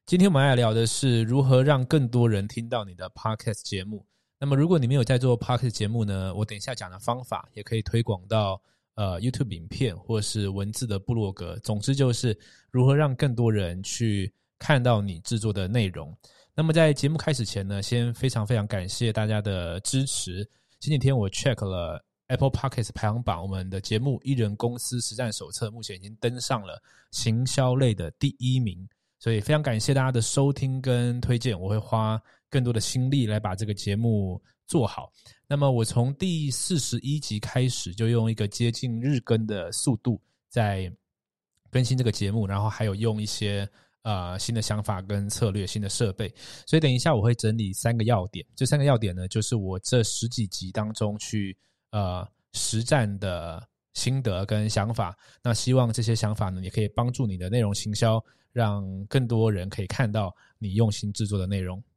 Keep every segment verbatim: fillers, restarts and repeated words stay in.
今天我们来聊的是如何让更多人听到你的 Podcast 节目。那么如果你没有在做 Podcast 节目呢，我等一下讲的方法也可以推广到呃 YouTube 影片或是文字的部落格。总之就是如何让更多人去看到你制作的内容。那么在节目开始前呢，先非常非常感谢大家的支持。前几天我 check 了 Apple Podcast 排行榜，我们的节目《艺人公司实战手册》目前已经登上了行销类的第一名。所以非常感谢大家的收听跟推荐，我会花更多的心力来把这个节目做好。那么我从第四十一集开始就用一个接近日更的速度在更新这个节目，然后还有用一些呃新的想法跟策略、新的设备。所以等一下我会整理三个要点，这三个要点呢，就是我这十几集当中去呃实战的心得跟想法。那希望这些想法呢，也可以帮助你的内容行销，让更多人可以看到你用心制作的内容。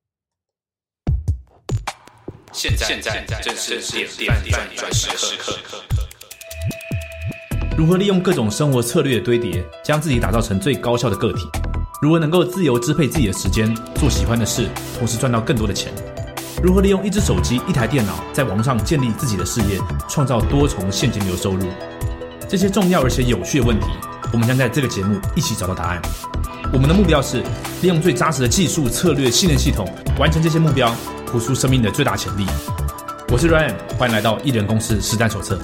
现在现在正是典范转转时刻。如何利用各种生活策略的堆叠，将自己打造成最高效的个体？如何能够自由支配自己的时间，做喜欢的事，同时赚到更多的钱？如何利用一只手机、一台电脑，在网上建立自己的事业，创造多重现金流收入？这些重要而且有趣的问题，我们将在这个节目一起找到答案。我们的目标是利用最扎实的技术、策略、信任系统，完成这些目标，活出生命的最大潜力。我是 Ryan， 欢迎来到艺人公司实战手册。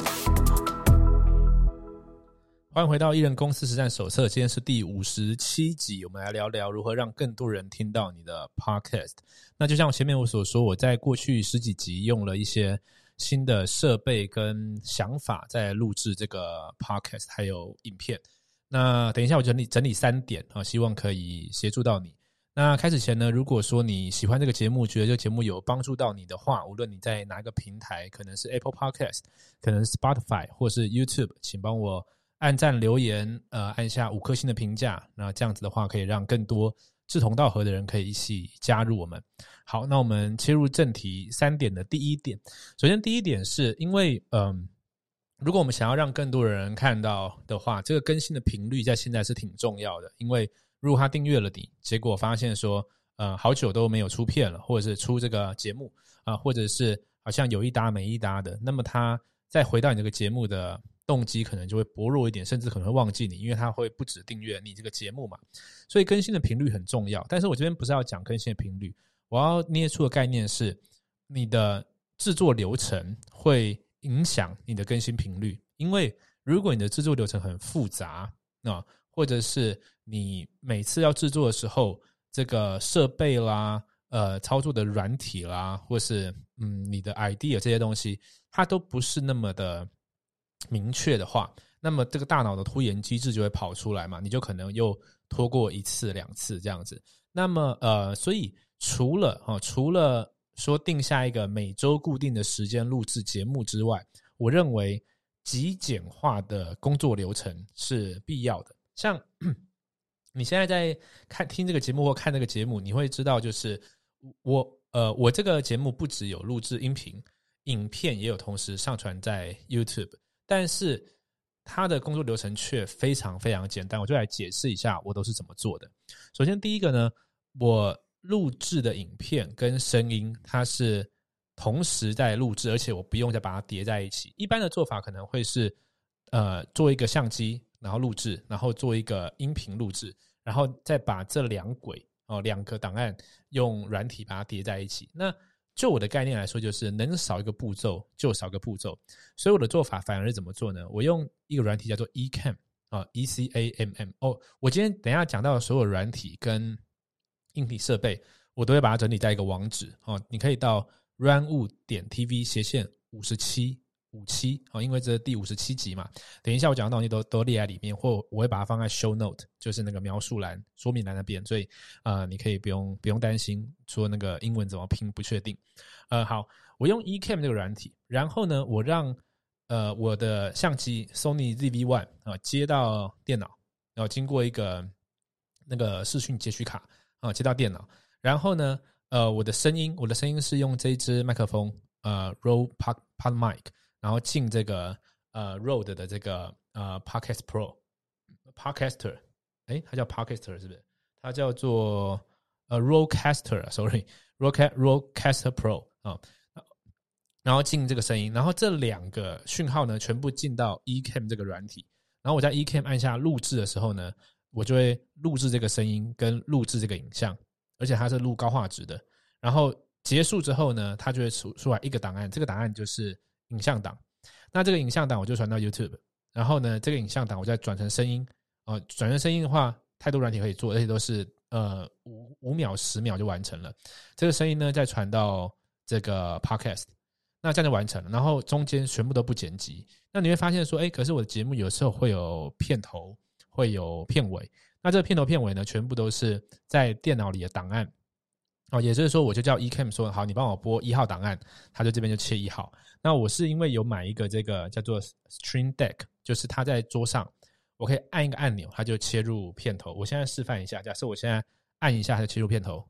欢迎回到艺人公司实战手册，今天是第五十七集，我们来聊聊如何让更多人听到你的 Podcast。那就像前面我所说，我在过去十几集用了一些新的设备跟想法在录制这个 Podcast 还有影片。那等一下我整理整理三点，希望可以协助到你。那开始前呢，如果说你喜欢这个节目，觉得这个节目有帮助到你的话，无论你在哪一个平台，可能是 Apple Podcast， 可能是 Spotify 或是 YouTube， 请帮我按赞留言，呃，按下五颗星的评价。那这样子的话，可以让更多志同道合的人可以一起加入我们。好，那我们切入正题，三点的第一点。首先第一点是因为嗯。如果我们想要让更多人看到的话，这个更新的频率在现在是挺重要的。因为如果他订阅了你，结果发现说呃，好久都没有出片了，或者是出这个节目啊、呃，或者是好像有一搭没一搭的，那么他再回到你这个节目的动机可能就会薄弱一点，甚至可能会忘记你，因为他会不只订阅你这个节目嘛。所以更新的频率很重要。但是我这边不是要讲更新的频率，我要捏出的概念是你的制作流程会影响你的更新频率。因为如果你的制作流程很复杂、啊、或者是你每次要制作的时候，这个设备啦、呃操作的软体啦，或是嗯你的 idea 这些东西，它都不是那么的明确的话，那么这个大脑的拖延机制就会跑出来嘛，你就可能又拖过一次两次这样子。那么呃，所以除了、哦、除了说定下一个每周固定的时间录制节目之外，我认为极简化的工作流程是必要的。像你现在在看听这个节目或看这个节目，你会知道就是我呃我这个节目不只有录制音频，影片也有同时上传在 YouTube， 但是它的工作流程却非常非常简单。我就来解释一下我都是怎么做的。首先第一个呢，我录制的影片跟声音它是同时在录制，而且我不用再把它叠在一起。一般的做法可能会是呃做一个相机然后录制，然后做一个音频录制，然后再把这两轨哦两个档案用软体把它叠在一起。那就我的概念来说，就是能少一个步骤就少个步骤。所以我的做法反而是怎么做呢？我用一个软体叫做 Ecamm 啊 E C A M M 哦，我今天等一下讲到的所有软体跟硬体设备，我都会把它整理在一个网址哦，你可以到 runwood 点 tv 斜线五十七五七哦，因为这是第五十七集嘛。等一下我讲的东西都都列在里面，或我会把它放在 show note， 就是那个描述栏、说明栏那边，所以呃你可以不用不用担心说那个英文怎么拼不确定。呃，好，我用 Ecamm 这个软体，然后呢，我让呃我的相机 Sony Z V 一 啊、呃、接到电脑，然后经过一个那个视讯截取卡啊、呃、接到电脑，然后呢。呃，我的声音，我的声音是用这一支麦克风，呃 ，Rode Pod Pod Mic， 然后进这个呃 Rode 的这个呃 Podcast Pro Podcaster， 诶，它叫 Podcaster 是不是？它叫做呃 Rodecaster sorry Rodecaster Pro 啊，然后进这个声音，然后这两个讯号呢全部进到 Ecamm 这个软体，然后我在 Ecamm 按下录制的时候呢，我就会录制这个声音跟录制这个影像，而且它是录高画质的。然后结束之后呢，它就会出出来一个档案，这个档案就是影像档。那这个影像档我就传到 YouTube， 然后呢，这个影像档我再转成声音。呃，转成声音的话，太多软体可以做，而且都是呃五五秒、十秒就完成了。这个声音呢，再传到这个 Podcast， 那这样就完成了。然后中间全部都不剪辑。那你会发现说，哎，可是我的节目有时候会有片头，会有片尾。那这个片头片尾呢，全部都是在电脑里的档案。哦，也就是说，我就叫 Ecamm 说，好，你帮我播一号档案，他就这边就切一号。那我是因为有买一个这个叫做 Stream Deck， 就是它在桌上。我可以按一个按钮，它就切入片头。我现在示范一下，假设我现在按一下，它就切入片头。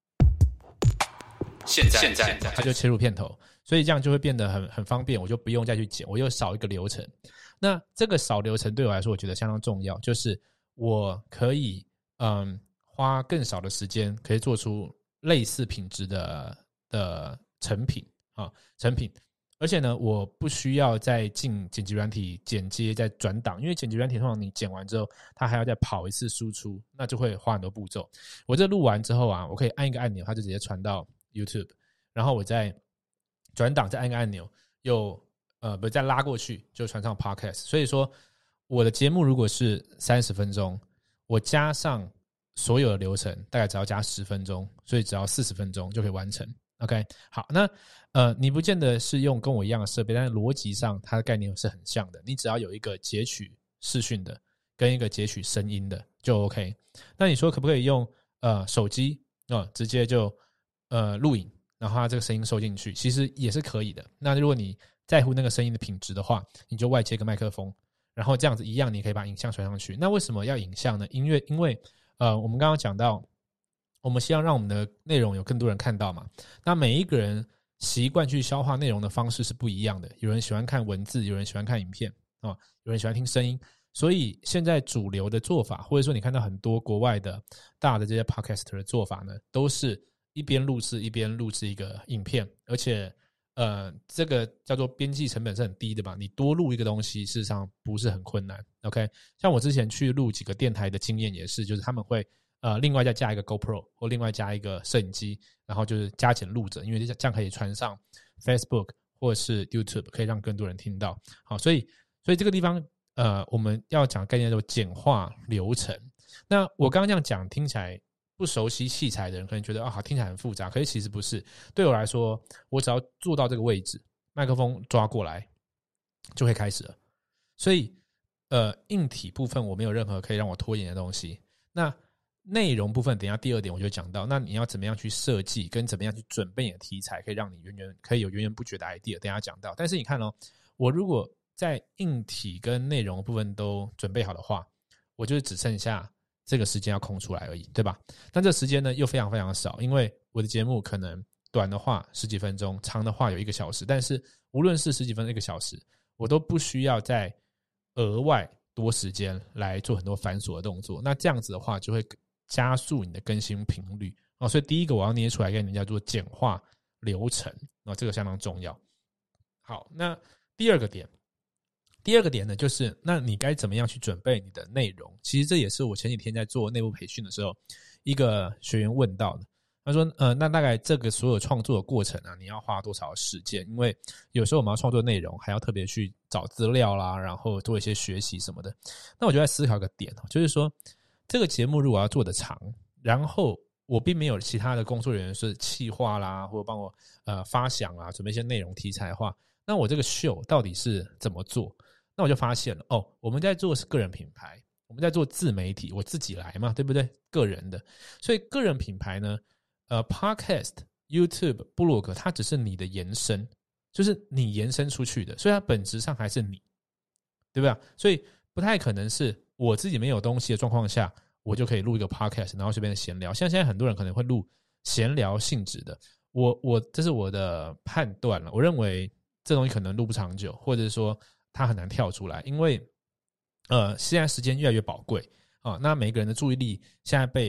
现在现在它就切入片头，所以这样就会变得很很方便，我就不用再去剪，我又少一个流程。那这个少流程对我来说，我觉得相当重要，就是我可以嗯花更少的时间，可以做出类似品质的的成品啊成品。而且呢，我不需要再进剪辑软体剪接再转档，因为剪辑软体通常你剪完之后，它还要再跑一次输出，那就会花很多步骤。我这录完之后啊，我可以按一个按钮，它就直接传到 YouTube， 然后我再转档，再按一个按钮，又呃不再拉过去，就传上 Podcast。所以说，我的节目如果是三十分钟，我加上所有的流程，大概只要加十分钟，所以只要四十分钟就可以完成。OK， 好，那呃，你不见得是用跟我一样的设备，但是逻辑上它的概念是很像的。你只要有一个截取视讯的，跟一个截取声音的就 OK。那你说可不可以用呃手机啊、呃、直接就呃录影，然后它这个声音收进去？其实也是可以的。那如果你在乎那个声音的品质的话，你就外接个麦克风，然后这样子一样，你可以把影像传上去。那为什么要影像呢？因为因为呃，我们刚刚讲到。我们希望让我们的内容有更多人看到嘛。那每一个人习惯去消化内容的方式是不一样的，有人喜欢看文字，有人喜欢看影片、哦、有人喜欢听声音。所以现在主流的做法，或者说你看到很多国外的大的这些 podcaster 的做法呢，都是一边录制一边录制一个影片，而且呃，这个叫做边际成本是很低的嘛，你多录一个东西事实上不是很困难。 OK， 像我之前去录几个电台的经验也是，就是他们会呃，另外再加一个 GoPro 或另外加一个摄影机，然后就是加减录着，因为这样可以传上 Facebook 或是 YouTube， 可以让更多人听到。好，所以所以这个地方呃，我们要讲概念叫简化流程。那我刚刚这样讲，听起来不熟悉器材的人可能觉得啊，好，听起来很复杂，可是其实不是。对我来说，我只要做到这个位置，麦克风抓过来就可以开始了。所以呃，硬体部分我没有任何可以让我拖延的东西。那内容部分等一下第二点我就讲到，那你要怎么样去设计跟怎么样去准备你的题材，可以让你源源可以有源源不绝的 idea， 等一下讲到。但是你看哦，我如果在硬体跟内容的部分都准备好的话，我就是只剩下这个时间要空出来而已，对吧？但这时间呢又非常非常少，因为我的节目可能短的话十几分钟，长的话有一个小时，但是无论是十几分钟一个小时，我都不需要再额外多时间来做很多繁琐的动作。那这样子的话就会加速你的更新频率、哦、所以第一个我要捏出来跟人家做简化流程、哦、这个相当重要。好，那第二个点第二个点呢，就是那你该怎么样去准备你的内容。其实这也是我前几天在做内部培训的时候一个学员问到的。他说呃，那大概这个所有创作的过程啊，你要花多少时间？因为有时候我们要创作内容还要特别去找资料啦，然后做一些学习什么的。那我就在思考一个点，就是说这个节目如果要做得长，然后我并没有其他的工作人员是企划啦，或者帮我呃发想啊，准备一些内容题材的话，那我这个秀到底是怎么做？那我就发现了哦，我们在做的是个人品牌，我们在做自媒体，我自己来嘛，对不对？个人的，所以个人品牌呢，呃 ，Podcast、YouTube、部落格，它只是你的延伸，就是你延伸出去的，所以它本质上还是你，对吧？所以不太可能是我自己没有东西的状况下，我就可以录一个 podcast， 然后随便的闲聊。像现在很多人可能会录闲聊性质的，我我这是我的判断了，我认为这东西可能录不长久，或者是说它很难跳出来，因为呃现在时间越来越宝贵啊，那每个人的注意力现在被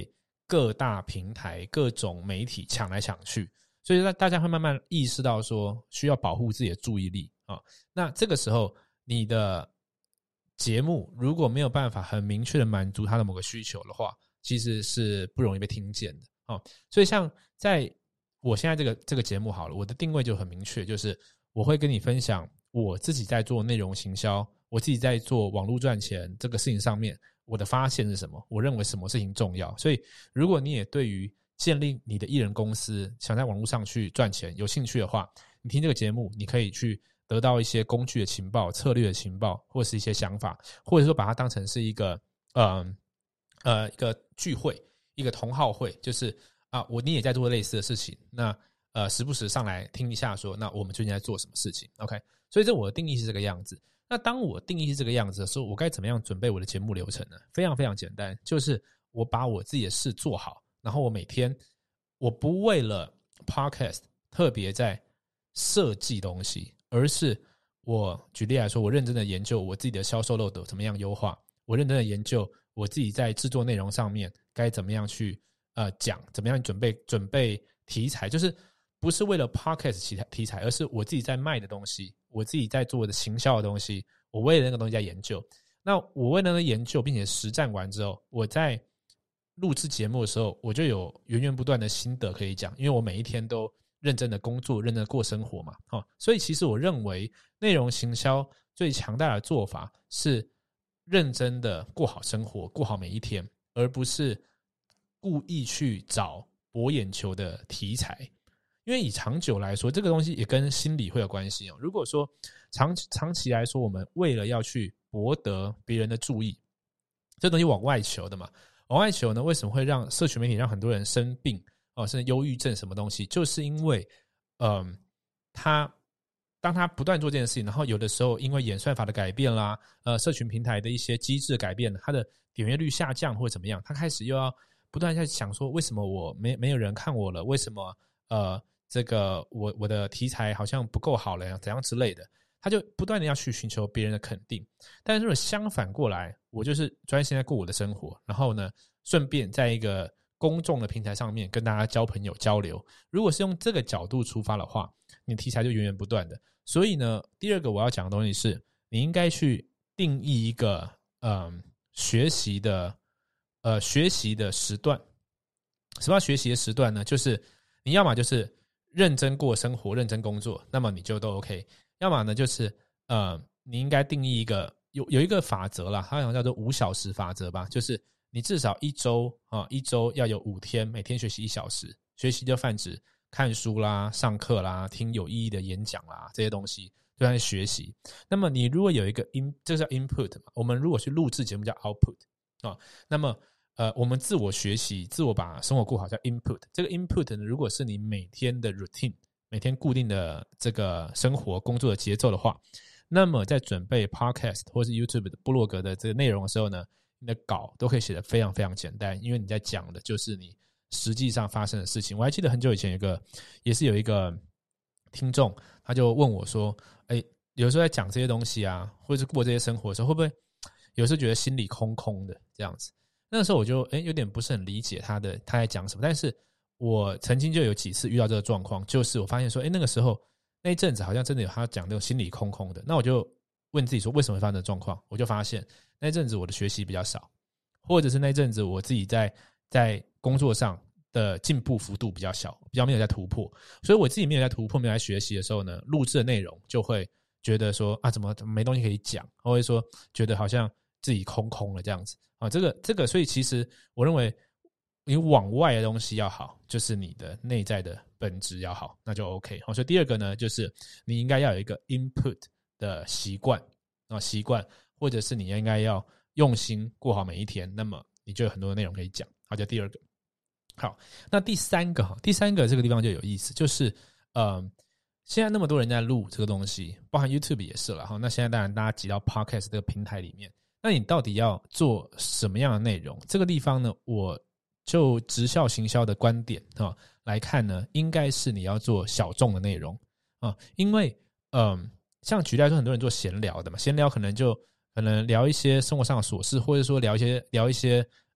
各大平台、各种媒体抢来抢去，所以大家会慢慢意识到说需要保护自己的注意力啊。那这个时候你的节目如果没有办法很明确的满足他的某个需求的话，其实是不容易被听见的啊。所以像在我现在这个这个节目好了，我的定位就很明确，就是我会跟你分享我自己在做内容行销，我自己在做网络赚钱这个事情上面我的发现是什么，我认为什么事情重要。所以如果你也对于建立你的艺人公司想在网络上去赚钱有兴趣的话，你听这个节目你可以去得到一些工具的情报、策略的情报，或是一些想法，或者说把它当成是一个呃呃一个聚会，一个同好会，就是啊我你也在做类似的事情，那呃时不时上来听一下说那我们最近在做什么事情 OK。 所以这我的定义是这个样子。那当我定义是这个样子的时候，我该怎么样准备我的节目流程呢？非常非常简单，就是我把我自己的事做好，然后我每天我不为了 podcast 特别在设计东西，而是我举例来说，我认真的研究我自己的销售漏斗怎么样优化，我认真的研究我自己在制作内容上面该怎么样去呃讲，怎么样准备准备题材，就是不是为了 podcast 题材，而是我自己在卖的东西，我自己在做的行销的东西，我为了那个东西在研究。那我为了那个研究并且实战完之后，我在录制节目的时候我就有源源不断的心得可以讲，因为我每一天都认真的工作，认真的过生活嘛、哦、所以其实我认为内容行销最强大的做法是认真的过好生活，过好每一天，而不是故意去找博眼球的题材。因为以长久来说，这个东西也跟心理会有关系哦。如果说长长期来说，我们为了要去博得别人的注意，这东西往外求的嘛，往外求呢，为什么会让社群媒体让很多人生病哦，甚至忧郁症什么东西？就是因为，嗯，他当他不断做这件事情，然后有的时候因为演算法的改变啦，呃，社群平台的一些机制改变，他的点阅率下降或者怎么样，他开始又要不断在想说，为什么我没没有人看我了？为什么呃？这个我我的题材好像不够好了，怎样之类的，他就不断的要去寻求别人的肯定。但是如果相反过来，我就是专心在过我的生活，然后呢，顺便在一个公众的平台上面跟大家交朋友交流。如果是用这个角度出发的话，你题材就源源不断的。所以呢，第二个我要讲的东西是，你应该去定义一个嗯学习的呃学习的时段。什么叫学习的时段呢？就是你要么就是认真过生活，认真工作，那么你就都 OK。要么呢，就是呃，你应该定义一个有有一个法则啦，它好像叫做五小时法则吧，就是你至少一周啊，一周要有五天，每天学习一小时。学习就泛指看书啦、上课啦、听有意义的演讲啦，这些东西都在学习。那么你如果有一个 in， 这叫 input 嘛，我们如果去录制节目叫 output 啊，那么。呃，我们自我学习，自我把生活过好叫 input。这个 input 呢，如果是你每天的 routine， 每天固定的这个生活工作的节奏的话，那么在准备 podcast 或是 YouTube 的部落格的这个内容的时候呢，你的稿都可以写得非常非常简单，因为你在讲的就是你实际上发生的事情。我还记得很久以前有一个，也是有一个听众，他就问我说：“哎，有时候在讲这些东西啊，或者是过这些生活的时候，会不会有时候觉得心里空空的这样子？”那个时候我就诶有点不是很理解他的他在讲什么，但是我曾经就有几次遇到这个状况，就是我发现说诶那个时候那一阵子好像真的有他讲那种心里空空的，那我就问自己说为什么会发生这状况，我就发现那一阵子我的学习比较少，或者是那一阵子我自己在在工作上的进步幅度比较小，比较没有在突破，所以我自己没有在突破，没有在学习的时候呢，录制的内容就会觉得说啊怎么怎么没东西可以讲，或者说觉得好像自己空空了这样子啊，这个这个，所以其实我认为你往外的东西要好，就是你的内在的本质要好，那就 OK。好，所以第二个呢，就是你应该要有一个 input 的习惯啊，习惯，或者是你应该要用心过好每一天，那么你就有很多的内容可以讲。好，就第二个。好，那第三个哈，第三个这个地方就有意思，就是呃，现在那么多人在录这个东西，包含 YouTube 也是了哈。那现在当然大家挤到 Podcast 这个平台里面。那你到底要做什么样的内容？这个地方呢，我就直销行销的观点啊来看呢，应该是你要做小众的内容啊，因为嗯，像举例来说，很多人做闲聊的嘛，闲聊可能就可能聊一些生活上的琐事，或者说聊一些聊一些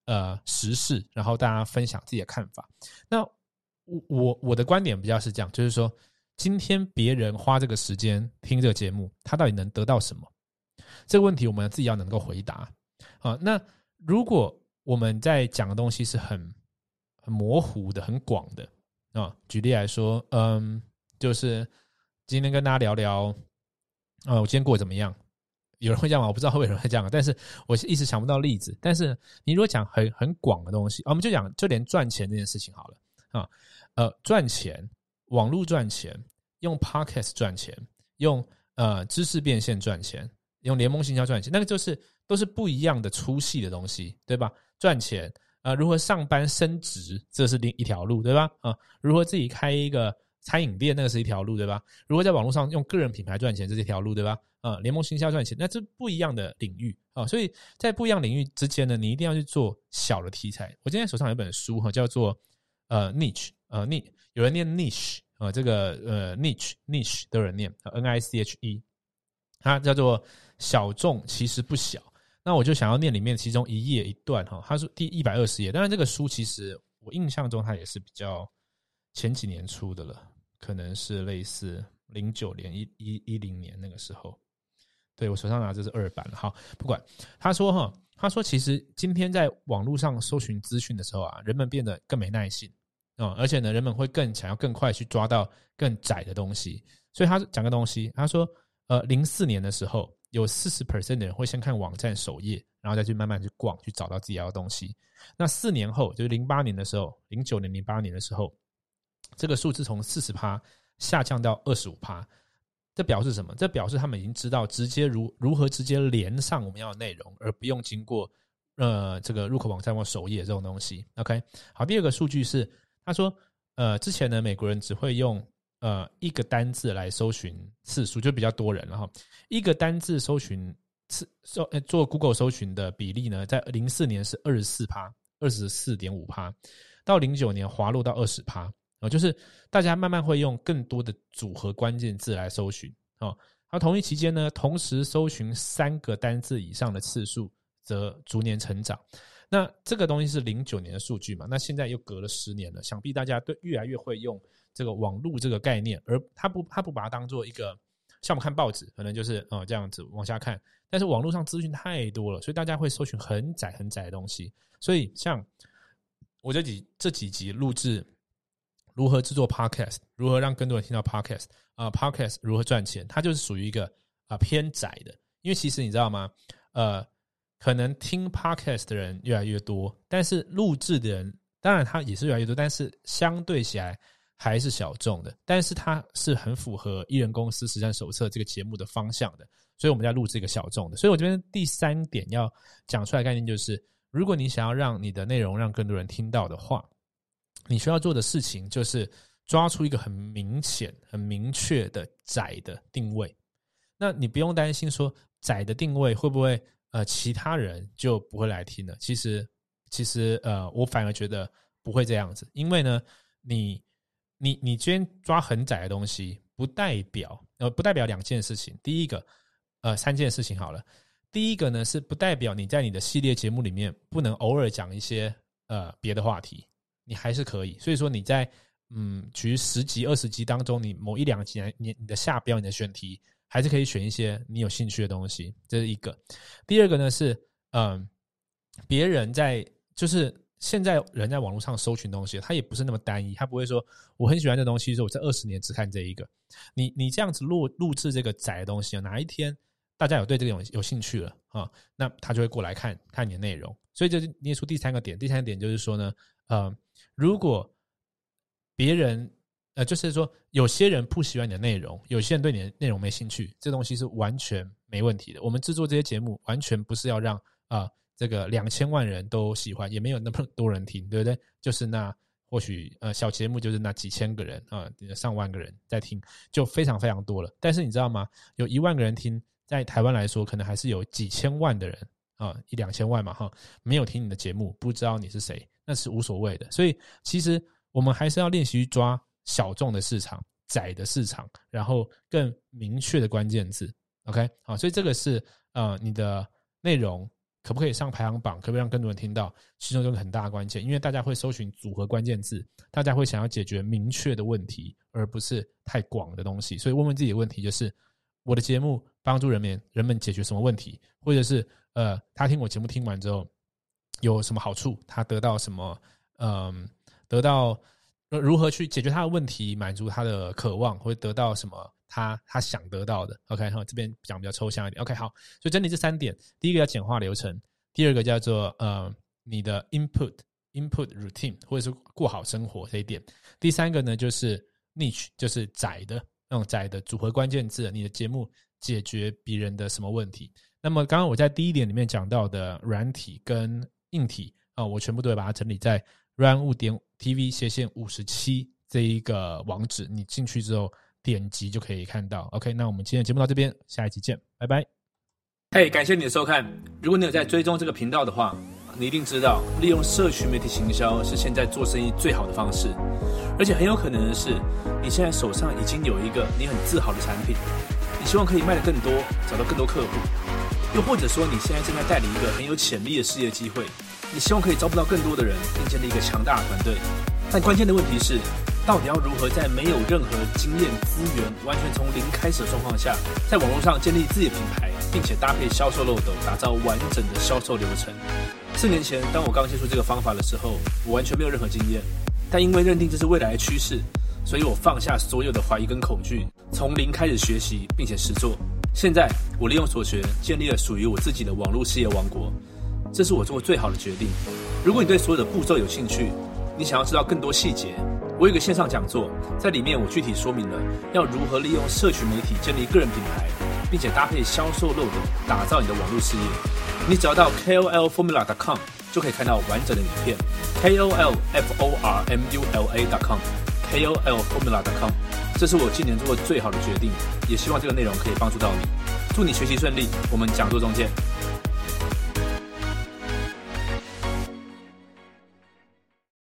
呃时事，然后大家分享自己的看法。那我我我的观点比较是这样，就是说今天别人花这个时间听这个节目，他到底能得到什么？这个问题我们自己要能够回答啊。那如果我们在讲的东西是很很模糊的、很广的啊，举例来说，嗯，就是今天跟大家聊聊，呃，我今天过得怎么样？有人会这样吗？我不知道会不会有人会这样，但是我一直想不到例子。但是你如果讲很很广的东西，啊，我们就讲就连赚钱这件事情好了啊，呃，赚钱，网络赚钱，用 podcast 赚钱，用呃知识变现赚钱，用联盟行销赚钱，那个就是都是不一样的粗细的东西，对吧？赚钱，呃，如何上班升职，这是另一条路，对吧？啊，如何自己开一个餐饮店，那个是一条路，对吧？如何在网络上用个人品牌赚钱，这是一条路，对吧？啊，联盟行销赚钱，那这不一样的领域啊，所以在不一样领域之间呢，你一定要去做小的题材。我今天手上有一本书哈，叫做呃 niche， 呃 niche， 有人念 niche 啊，这个呃 niche niche 都有人念 N I C H E， 它叫做小众其实不小。那我就想要念里面其中一页一段哈，它是第一百二十页。当然这个书其实我印象中它也是比较前几年出的了，可能是类似零九年、一零年那个时候。对，我手上拿的是二版了。好，不管。他说哈，他说其实今天在网络上搜寻资讯的时候啊，人们变得更没耐性啊、嗯，而且呢，人们会更想要更快去抓到更窄的东西。所以他讲个东西，他说呃，零四年的时候，有 百分之四十 的人会先看网站首页，然后再去慢慢去逛，去找到自己要的东西。那四年后，就是零八年的时候，零九年、零八年的时候，这个数字从 百分之四十 下降到 百分之二十五。这表示什么？这表示他们已经知道直接如如何直接连上我们要的内容，而不用经过呃这个入口网站或首页这种东西。OK， 好，第二个数据是他说，呃，之前呢美国人只会用呃一个单字来搜寻次数，就比较多人了哈。一个单字搜寻次搜、呃、做 Google 搜寻的比例呢，在零四年是 百分之二十四， 二十四点五， 到零九年滑落到 百分之二十。就是大家慢慢会用更多的组合关键字来搜寻哦。而同一期间呢，同时搜寻三个单字以上的次数则逐年成长。那这个东西是零九年的数据嘛？那现在又隔了十年了，想必大家对越来越会用这个网络这个概念，而他不他不把它当做一个像我们看报纸，可能就是哦这样子往下看。但是网络上资讯太多了，所以大家会搜寻很窄很窄的东西。所以像我这几这几集录制。如何制作 podcast， 如何让更多人听到 podcast， 啊、呃、podcast 如何赚钱，它就是属于一个啊、呃、偏窄的。因为其实你知道吗？呃，可能听 podcast 的人越来越多，但是录制的人当然他也是越来越多，但是相对起来还是小众的。但是它是很符合艺人公司实战手册这个节目的方向的，所以我们在录制一个小众的。所以我这边第三点要讲出来的概念就是，如果你想要让你的内容让更多人听到的话，你需要做的事情就是抓出一个很明显、很明确的窄的定位。那你不用担心说窄的定位会不会呃其他人就不会来听了。其实其实呃我反而觉得不会这样子，因为呢你你你今天抓很窄的东西，不代表呃不代表两件事情。第一个呃三件事情好了。第一个呢是不代表你在你的系列节目里面不能偶尔讲一些呃别的话题。你还是可以，所以说你在嗯，取十集、二十集当中，你某一两集，你你的下标、你的选题，还是可以选一些你有兴趣的东西，这是一个。第二个呢是，嗯，别人在就是现在人在网络上搜寻东西，他也不是那么单一，他不会说我很喜欢这东西，说我这二十年只看这一个。你你这样子录录制这个窄的东西，哪一天大家有对这个有有兴趣了啊，那他就会过来看看你的内容。所以就列出第三个点，第三个点就是说呢。呃，如果别人呃，就是说有些人不喜欢你的内容，有些人对你的内容没兴趣，这东西是完全没问题的。我们制作这些节目完全不是要让啊、呃、这个两千万人都喜欢，也没有那么多人听，对不对？就是那或许呃小节目就是那几千个人啊、呃，上万个人在听，就非常非常多了。但是你知道吗？有一万个人听，在台湾来说，可能还是有几千万的人啊，一两千万嘛哈，没有听你的节目，不知道你是谁。那是无所谓的，所以其实我们还是要练习抓小众的市场、窄的市场，然后更明确的关键字。OK， 好，所以这个是呃你的内容可不可以上排行榜，可不可以让更多人听到，其中有个很大的关键，因为大家会搜寻组合关键字，大家会想要解决明确的问题，而不是太广的东西。所以问问自己的问题就是，我的节目帮助人们人们解决什么问题，或者是呃，他听我节目听完之后有什么好处，他得到什么，嗯，得到如何去解决他的问题，满足他的渴望，或者得到什么他他想得到的。 OK， 好，这边讲比较抽象一点。 OK， 好，所以整理这三点，第一个叫简化流程，第二个叫做呃你的 input input routine， 或者是过好生活这一点，第三个呢就是 niche， 就是窄的那种窄的组合关键字，你的节目解决别人的什么问题。那么刚刚我在第一点里面讲到的软体跟硬体啊、呃，我全部都会把它整理在 软物点 tv 斜线五十七这一个网址，你进去之后点击就可以看到。 OK， 那我们今天的节目到这边，下一集见，拜拜。 嘿、hey, 感谢你的收看。如果你有在追踪这个频道的话，你一定知道利用社群媒体行销是现在做生意最好的方式，而且很有可能的是你现在手上已经有一个你很自豪的产品，你希望可以卖得更多，找到更多客户，又或者说你现在正在代理一个很有潜力的事业机会，你希望可以招募到更多的人，并建立一个强大的团队。但关键的问题是，到底要如何在没有任何经验资源，完全从零开始的状况下，在网络上建立自己的品牌，并且搭配销售漏斗，打造完整的销售流程。四年前当我刚接触这个方法的时候，我完全没有任何经验，但因为认定这是未来的趋势，所以我放下所有的怀疑跟恐惧，从零开始学习并且实做。现在我利用所学，建立了属于我自己的网络事业王国，这是我做过最好的决定。如果你对所有的步骤有兴趣，你想要知道更多细节，我有一个线上讲座，在里面我具体说明了要如何利用社群媒体建立个人品牌，并且搭配销售漏斗打造你的网络事业。你只要到 K O L formula dot com 就可以看到完整的影片。 K O L F O R M U L A dot com K O L formula dot com 这是我今年做过最好的决定，也希望这个内容可以帮助到你。祝你学习顺利，我们讲座中见。